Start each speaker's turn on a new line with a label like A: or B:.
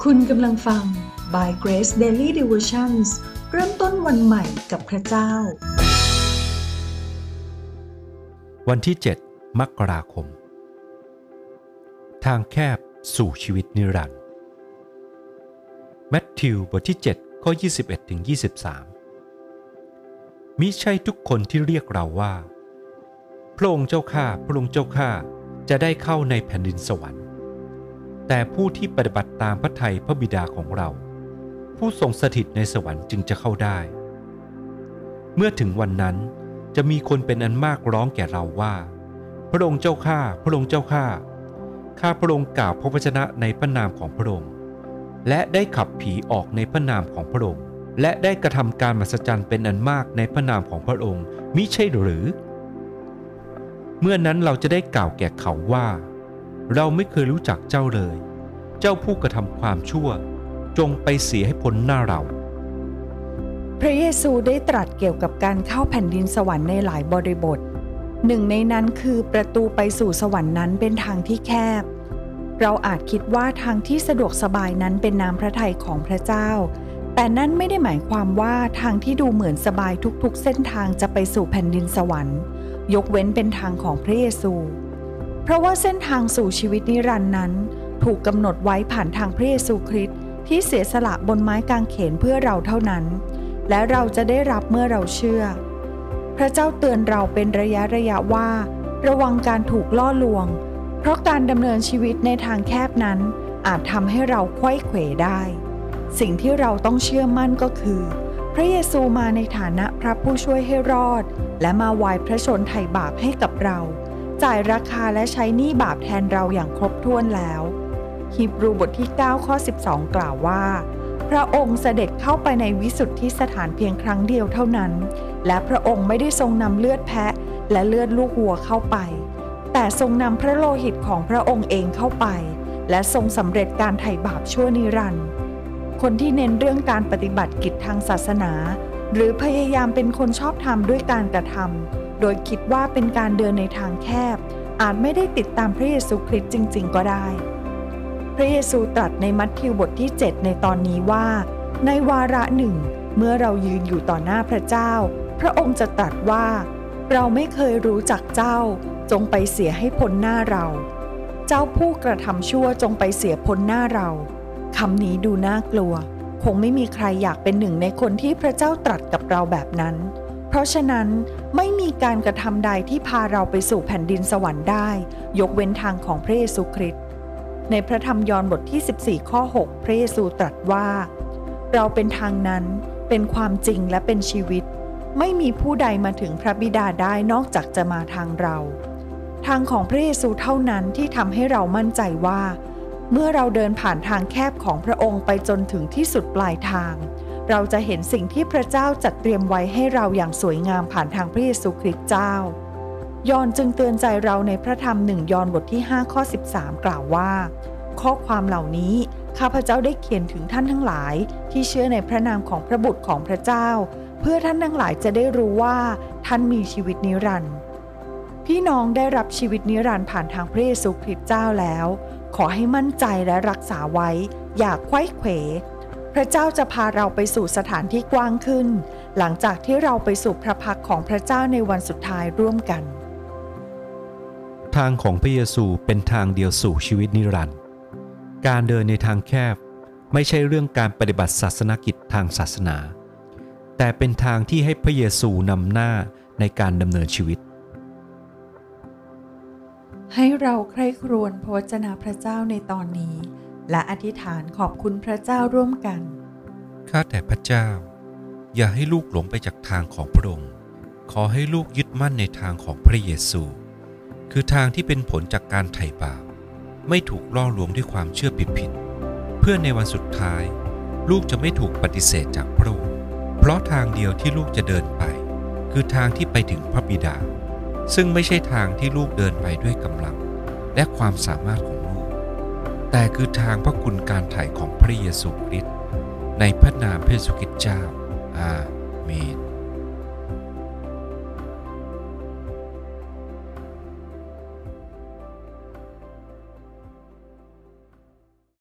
A: คุณกำลังฟัง By Grace Daily Devotions เริ่มต้นวันใหม่กับพระเจ้า
B: วันที่ 7 มกราคมทางแคบสู่ชีวิตนิรันดร์มัทธิวบทที่ 7 ข้อ 21-23 มิใช่ทุกคนที่เรียกเราว่าพระองค์เจ้าข้าพระองค์เจ้าข้าจะได้เข้าในแผ่นดินสวรรค์แต่ผู้ที่ปฏิบัติตามพระทัยพระบิดาของเราผู้ทรงสถิตในสวรรค์จึงจะเข้าได้เมื่อถึงวันนั้นจะมีคนเป็นอันมากร้องแก่เราว่าพระองค์เจ้าข้าพระองค์เจ้าข้าข้าพระองค์กล่าวพระวจนะในพระนามของพระองค์และได้ขับผีออกในพระนามของพระองค์และได้กระทำการมหัศจรรย์เป็นอันมากในพระนามของพระองค์มิใช่หรือเมื่อนั้นเราจะได้กล่าวแก่เขาว่าเราไม่เคยรู้จักเจ้าเลยเจ้าผู้กระทำความชั่วจงไปเสียให้พ้นหน้าเรา
C: พระเยซูได้ตรัสเกี่ยวกับการเข้าแผ่นดินสวรรค์ในหลายบริบทหนึ่งในนั้นคือประตูไปสู่สวรรค์นั้นเป็นทางที่แคบเราอาจคิดว่าทางที่สะดวกสบายนั้นเป็นน้ำพระทัยของพระเจ้าแต่นั่นไม่ได้หมายความว่าทางที่ดูเหมือนสบายทุกๆเส้นทางจะไปสู่แผ่นดินสวรรค์ยกเว้นเป็นทางของพระเยซูเพราะว่าเส้นทางสู่ชีวิตนิรันดร์นั้นถูกกำหนดไว้ผ่านทางพระเยซูคริสต์ที่เสียสละบนไม้กางเขนเพื่อเราเท่านั้นและเราจะได้รับเมื่อเราเชื่อพระเจ้าเตือนเราเป็นระยะว่าระวังการถูกล่อลวงเพราะการดำเนินชีวิตในทางแคบนั้นอาจทำให้เราไขว้เขวได้สิ่งที่เราต้องเชื่อมั่นก็คือพระเยซูมาในฐานะพระผู้ช่วยให้รอดและมาวายพระชนม์ไถ่บาปให้กับเราจ่ายราคาและใช้หนี้บาปแทนเราอย่างครบถ้วนแล้วฮีบรูบทที่9ข้อ12กล่าวว่าพระองค์เสด็จเข้าไปในวิสุทธิสถานเพียงครั้งเดียวเท่านั้นและพระองค์ไม่ได้ทรงนำเลือดแพะและเลือดลูกวัวเข้าไปแต่ทรงนำพระโลหิตของพระองค์เองเข้าไปและทรงสำเร็จการไถ่บาปชั่วนิรันดร์คนที่เน้นเรื่องการปฏิบัติกิจทางศาสนาหรือพยายามเป็นคนชอบธรรมด้วยการกระทำโดยคิดว่าเป็นการเดินในทางแคบอาจไม่ได้ติดตามพระเยซูคริสต์จริงๆก็ได้พระเยซูตรัสในมัทธิวบทที่7ในตอนนี้ว่าในวาระหนึ่งเมื่อเรายืนอยู่ต่อหน้าพระเจ้าพระองค์จะตรัสว่าเราไม่เคยรู้จักเจ้าจงไปเสียให้พ้นหน้าเราเจ้าผู้กระทำชั่วจงไปเสียพ้นหน้าเราคำนี้ดูน่ากลัวคงไม่มีใครอยากเป็นหนึ่งในคนที่พระเจ้าตรัสกับเราแบบนั้นเพราะฉะนั้นไม่มีการกระทำใดที่พาเราไปสู่แผ่นดินสวรรค์ได้ยกเว้นทางของพระเยซูคริสต์ในพระธรรมยอห์นบทที่14ข้อ6พระเยซูตรัสว่าเราเป็นทางนั้นเป็นความจริงและเป็นชีวิตไม่มีผู้ใดมาถึงพระบิดาได้นอกจากจะมาทางเราทางของพระเยซูเท่านั้นที่ทำให้เรามั่นใจว่าเมื่อเราเดินผ่านทางแคบของพระองค์ไปจนถึงที่สุดปลายทางเราจะเห็นสิ่งที่พระเจ้าจัดเตรียมไว้ให้เราอย่างสวยงามผ่านทางพระเยซูคริสต์เจ้ายอห์นจึงเตือนใจเราในพระธรรม1ยอห์นบทที่5ข้อ13กล่าวว่าข้อความเหล่านี้ข้าพเจ้าได้เขียนถึงท่านทั้งหลายที่เชื่อในพระนามของพระบุตรของพระเจ้าเพื่อท่านทั้งหลายจะได้รู้ว่าท่านมีชีวิตนิรันดร์พี่น้องได้รับชีวิตนิรันดร์ผ่านทางพระเยซูคริสต์เจ้าแล้วขอให้มั่นใจและรักษาไว้อย่าไขว้เขวพระเจ้าจะพาเราไปสู่สถานที่กว้างขึ้นหลังจากที่เราไปสู่พระพักของพระเจ้าในวันสุดท้ายร่วมกัน
B: ทางของพระเยซูเป็นทางเดียวสู่ชีวิตนิรันดร์การเดินในทางแคบไม่ใช่เรื่องการปฏิบัติศาสนกิจทางศาสนาแต่เป็นทางที่ให้พระเยซูนำหน้าในการดำเนินชีวิต
C: ให้เราใคร่ครวญพระวจนะพระเจ้าในตอนนี้และอธิษฐานขอบคุณพระเจ้าร่วมกัน
B: ข้าแต่พระเจ้าอย่าให้ลูกหลงไปจากทางของพระองค์ขอให้ลูกยึดมั่นในทางของพระเยซูคือทางที่เป็นผลจากการไถ่บาปไม่ถูกล่อลวงด้วยความเชื่อผิดเพื่อในวันสุดท้ายลูกจะไม่ถูกปฏิเสธจากพระองค์เพราะทางเดียวที่ลูกจะเดินไปคือทางที่ไปถึงพระบิดาซึ่งไม่ใช่ทางที่ลูกเดินไปด้วยกำลังและความสามารถของลูกแต่คือทางพระคุณการไถ่ของพระเยซูคริสต์ในพระนามพระเยซูคริสต์เจ้าอาเมน